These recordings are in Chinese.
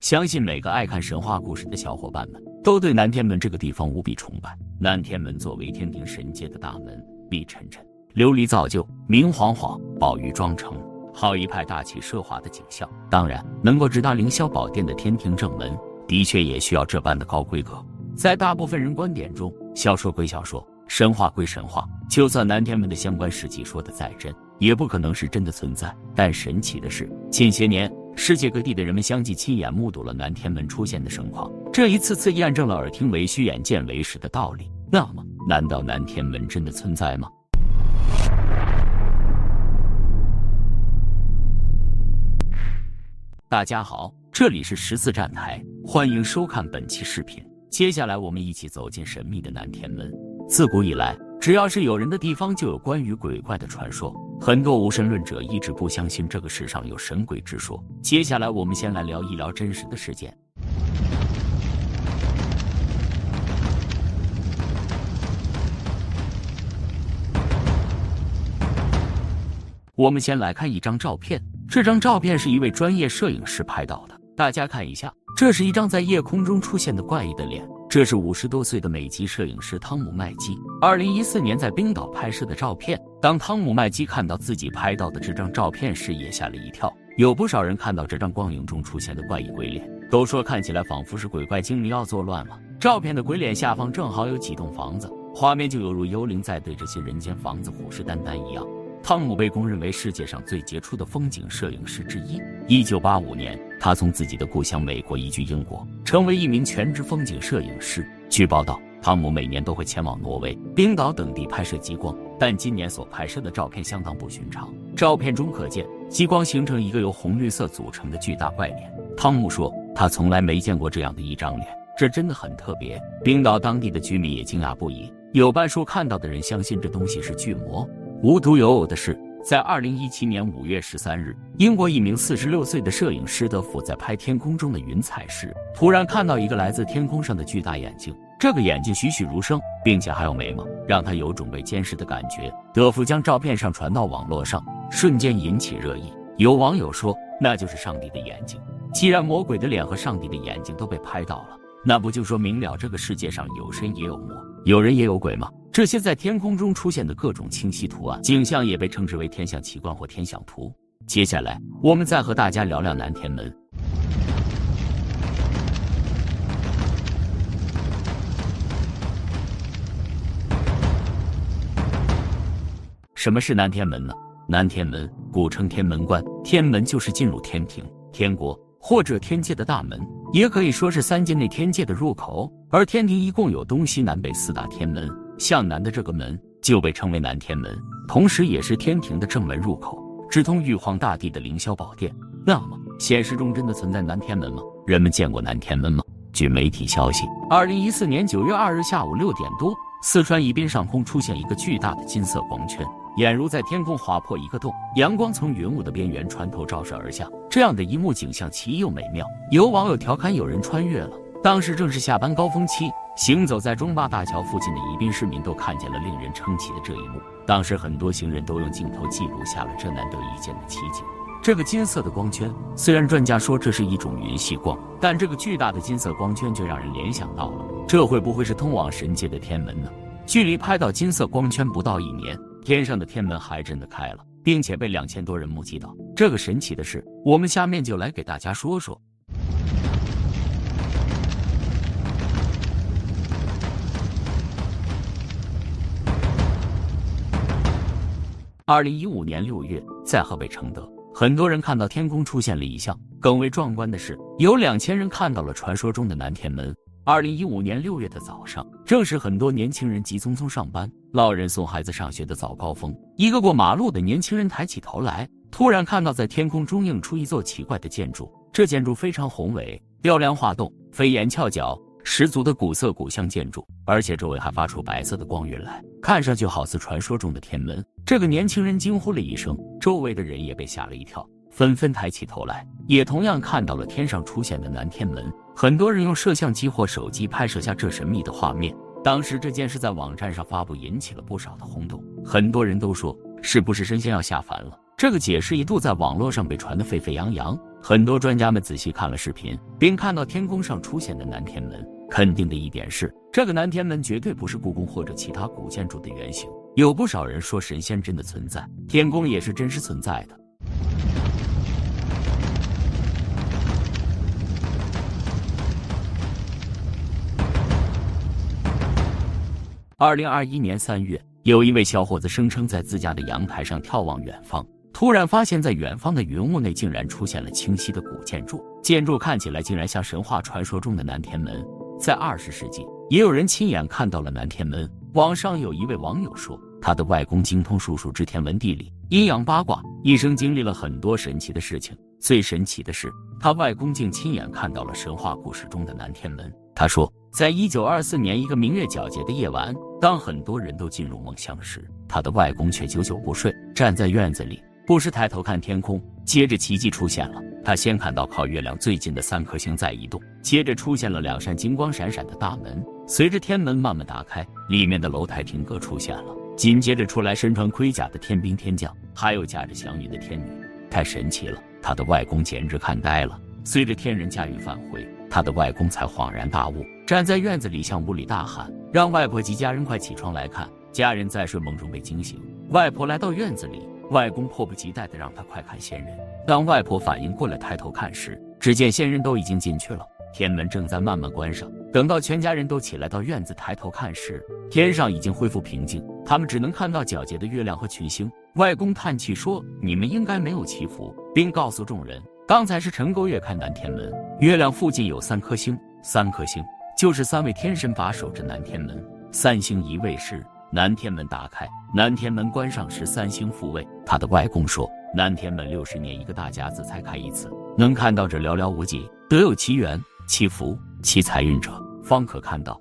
相信每个爱看神话故事的小伙伴们都对南天门这个地方无比崇拜。南天门作为天庭神界的大门，碧沉沉，琉璃造就，明晃晃，宝玉装成，好一派大气奢华的景象。当然，能够直达凌霄宝殿的天庭正门，的确也需要这般的高规格。在大部分人观点中，小说归小说，神话归神话，就算南天门的相关事迹说的再真，也不可能是真的存在。但神奇的是，近些年世界各地的人们相继亲眼目睹了南天门出现的盛况，这一次次验证了耳听为虚，眼见为实的道理。那么，难道南天门真的存在吗？大家好，这里是14站台，欢迎收看本期视频。接下来我们一起走进神秘的南天门。自古以来，只要是有人的地方就有关于鬼怪的传说，很多无神论者一直不相信这个世上有神鬼之说。接下来我们先来聊一聊真实的事件。我们先来看一张照片，这张照片是一位专业摄影师拍到的，大家看一下，这是一张在夜空中出现的怪异的脸。这是50多岁的美籍摄影师汤姆麦基2014年在冰岛拍摄的照片。当汤姆麦基看到自己拍到的这张照片时，也吓了一跳。有不少人看到这张光影中出现的怪异鬼脸，都说看起来仿佛是鬼怪精灵要作乱了。照片的鬼脸下方正好有几栋房子，画面就犹如幽灵在对这些人间房子虎视眈眈一样。汤姆被公认为世界上最杰出的风景摄影师之一。1985年，他从自己的故乡美国移居英国，成为一名全职风景摄影师。据报道，汤姆每年都会前往挪威、冰岛等地拍摄极光，但今年所拍摄的照片相当不寻常。照片中可见，极光形成一个由红绿色组成的巨大怪脸。汤姆说，他从来没见过这样的一张脸，这真的很特别。冰岛当地的居民也惊讶不已，有半数看到的人相信这东西是巨魔。无独有偶的是，在2017年5月13日，英国一名46岁的摄影师德福在拍天空中的云彩时，突然看到一个来自天空上的巨大眼睛。这个眼睛栩栩如生，并且还有眉毛，让他有种被监视的感觉。德福将照片上传到网络上，瞬间引起热议。有网友说，那就是上帝的眼睛。既然魔鬼的脸和上帝的眼睛都被拍到了，那不就说明了这个世界上有神也有魔，有人也有鬼吗？这些在天空中出现的各种清晰图案景象也被称之为天象奇观或天象图。接下来我们再和大家聊聊南天门。什么是南天门呢？南天门古称天门关，天门就是进入天庭、天国或者天界的大门，也可以说是3界内天界的入口。而天庭一共有东西南北4大天门，向南的这个门就被称为南天门，同时也是天庭的正门入口，直通玉皇大帝的凌霄宝殿。那么现实中真的存在南天门吗？人们见过南天门吗？据媒体消息，2014年9月2日下午6点多，四川宜宾上空出现一个巨大的金色光圈，俨如在天空划破一个洞，阳光从云雾的边缘穿透照射而下。这样的一幕景象奇异又美妙，有网友调侃有人穿越了。当时正是下班高峰期，行走在中坝大桥附近的宜宾市民都看见了令人称奇的这一幕。当时很多行人都用镜头记录下了这难得一见的奇景。这个金色的光圈，虽然专家说这是一种云系光，但这个巨大的金色光圈却让人联想到了，这会不会是通往神界的天门呢？距离拍到金色光圈不到1年，天上的天门还真的开了，并且被2000多人目击到。这个神奇的事，我们下面就来给大家说说。2015年6月，在河北承德，很多人看到天空出现了异象。更为壮观的是，有2000人看到了传说中的南天门。2015年6月的早上，正是很多年轻人急匆匆上班、老人送孩子上学的早高峰。一个过马路的年轻人抬起头来，突然看到在天空中映出一座奇怪的建筑。这建筑非常宏伟，雕梁画栋，飞檐翘角，十足的古色古香建筑，而且周围还发出白色的光晕来，看上去好似传说中的天门。这个年轻人惊呼了一声，周围的人也被吓了一跳，纷纷抬起头来，也同样看到了天上出现的南天门。很多人用摄像机或手机拍摄下这神秘的画面。当时这件事在网站上发布，引起了不少的轰动。很多人都说，是不是神仙要下凡了？这个解释一度在网络上被传得沸沸扬扬。 很多专家们仔细看了视频，并看到天空上出现的南天门，肯定的一点是，这个南天门绝对不是故宫或者其他古建筑的原型。有不少人说神仙真的存在，天宫也是真实存在的。2021年3月，有一位小伙子声称在自家的阳台上眺望远方，突然发现在远方的云雾内竟然出现了清晰的古建筑，建筑看起来竟然像神话传说中的南天门。在20世纪，也有人亲眼看到了南天门。网上有一位网友说，他的外公精通术数之天文地理、阴阳八卦，一生经历了很多神奇的事情。最神奇的是，他外公竟亲眼看到了神话故事中的南天门。他说，在1924年一个明月皎洁的夜晚，当很多人都进入梦乡时，他的外公却久久不睡，站在院子里，不时抬头看天空。接着奇迹出现了，他先看到靠月亮最近的3颗星在移动，接着出现了2扇金光闪闪的大门，随着天门慢慢打开，里面的楼台亭阁出现了，紧接着出来身穿盔甲的天兵天将，还有驾着祥云的天女。太神奇了，他的外公简直看呆了。随着天人驾驭返回，他的外公才恍然大悟，站在院子里向屋里大喊，让外婆及家人快起床来看。家人在睡梦中被惊醒，外婆来到院子里，外公迫不及待地让他快看仙人。当外婆反应过来抬头看时，只见仙人都已经进去了，天门正在慢慢关上。等到全家人都起来到院子抬头看时，天上已经恢复平静，他们只能看到皎洁的月亮和群星。外公叹气说，你们应该没有祈福，并告诉众人，刚才是陈沟月看南天门，月亮附近有3颗星，3颗星就是3位天神把守着南天门，3星移位时，南天门打开，南天门关上时3星复位。他的外公说，南天门60年一个大甲子才开一次，能看到这寥寥无几，得有其缘、其福、其财运者，方可看到。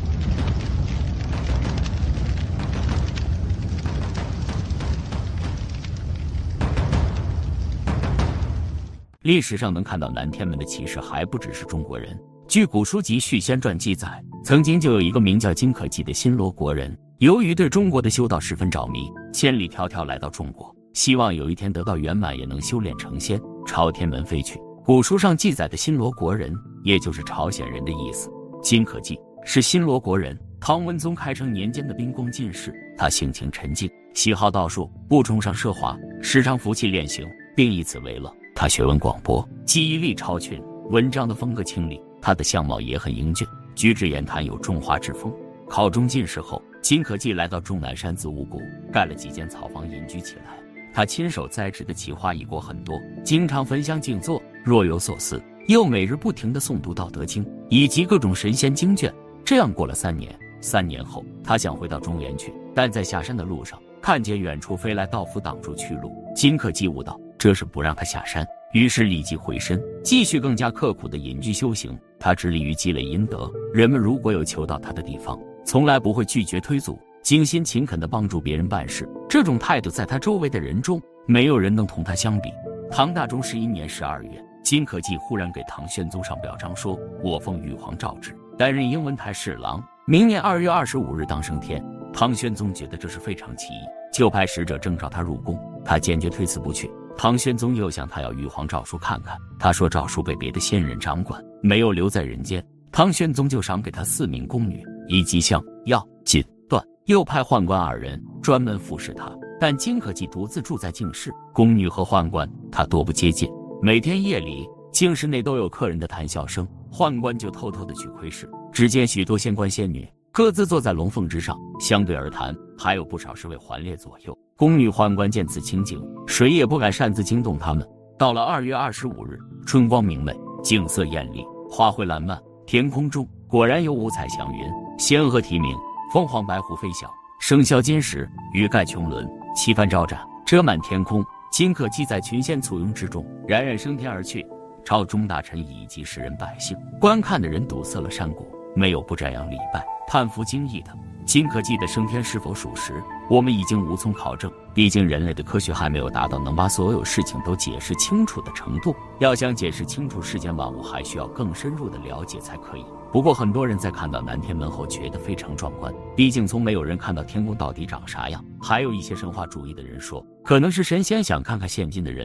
历史上能看到南天门的骑士还不只是中国人。据古书籍《续仙传》记载，曾经就有一个名叫金可记的新罗国人，由于对中国的修道十分着迷，千里迢迢来到中国，希望有一天得到圆满，也能修炼成仙，朝天门飞去。古书上记载的新罗国人，也就是朝鲜人的意思。金可记是新罗国人，唐文宗开成年间的兵功进士。他性情沉静，喜好道术，不崇尚奢华，时常服气练行，并以此为乐。他学问广博，记忆力超群，文章的风格清丽。他的相貌也很英俊，举止言谈有中华之风。考中进士后，金可记来到终南山子午谷，盖了几间草房隐居起来。他亲手栽植的奇花异果很多，经常焚香静坐，若有所思，又每日不停地诵读《道德经》以及各种神仙经卷。这样过了3年，3年后，他想回到中原去，但在下山的路上，看见远处飞来道符挡住去路。金可记悟道，这是不让他下山，于是立即回身，继续更加刻苦的隐居修行。他致力于积累阴德，人们如果有求到他的地方，从来不会拒绝推阻，精心勤恳地帮助别人办事。这种态度在他周围的人中，没有人能同他相比。唐大中11年12月，金可记忽然给唐玄宗上表彰说，我奉玉皇诏旨，担任英文台侍郎，明年2月25日当升天。唐玄宗觉得这是非常奇异，就派使者征召他入宫，他坚决推辞不去。唐玄宗又向他要玉皇诏书看看，他说诏书被别的仙人掌管，没有留在人间。唐玄宗就赏给他4名宫女，以及香、药、锦、缎，又派宦官2人专门服侍他。但金可记独自住在净室，宫女和宦官他多不接近。每天夜里，净室内都有客人的谈笑声，宦官就偷偷地去窥视，只见许多仙官仙女各自坐在龙凤之上，相对而谈，还有不少是为环列左右。宫女宦官见此情景，谁也不敢擅自惊动他们。到了2月25日，春光明媚，景色艳丽，花卉烂漫，天空中果然有五彩祥云，仙鹤啼鸣，凤凰白虎飞翔，笙箫金石，鱼盖琼轮，旗帆招展，遮满天空。金可记在群仙簇拥之中，冉冉升天而去。朝中大臣以及世人百姓，观看的人堵塞了山谷，没有不瞻仰礼拜、叹服惊异的。金可记的升天是否属实，我们已经无从考证，毕竟人类的科学还没有达到能把所有事情都解释清楚的程度。要想解释清楚世间万物，还需要更深入的了解才可以。不过很多人在看到南天门后觉得非常壮观，毕竟从没有人看到天宫到底长啥样。还有一些神话主义的人说，可能是神仙想看看现今的人类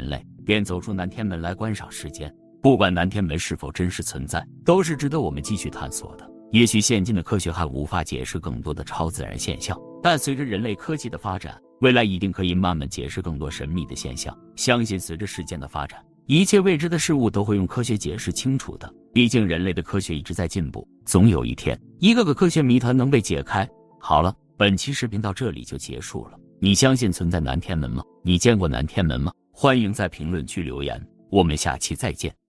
便走出南天门来观赏世间。不管南天门是否真实存在，都是值得我们继续探索的。也许现今的科学还无法解释更多的超自然现象，但随着人类科技的发展，未来一定可以慢慢解释更多神秘的现象。相信随着时间的发展，一切未知的事物都会用科学解释清楚的。毕竟人类的科学一直在进步，总有一天，一个个科学谜团能被解开。好了，本期视频到这里就结束了。你相信存在南天门吗？你见过南天门吗？欢迎在评论区留言，我们下期再见。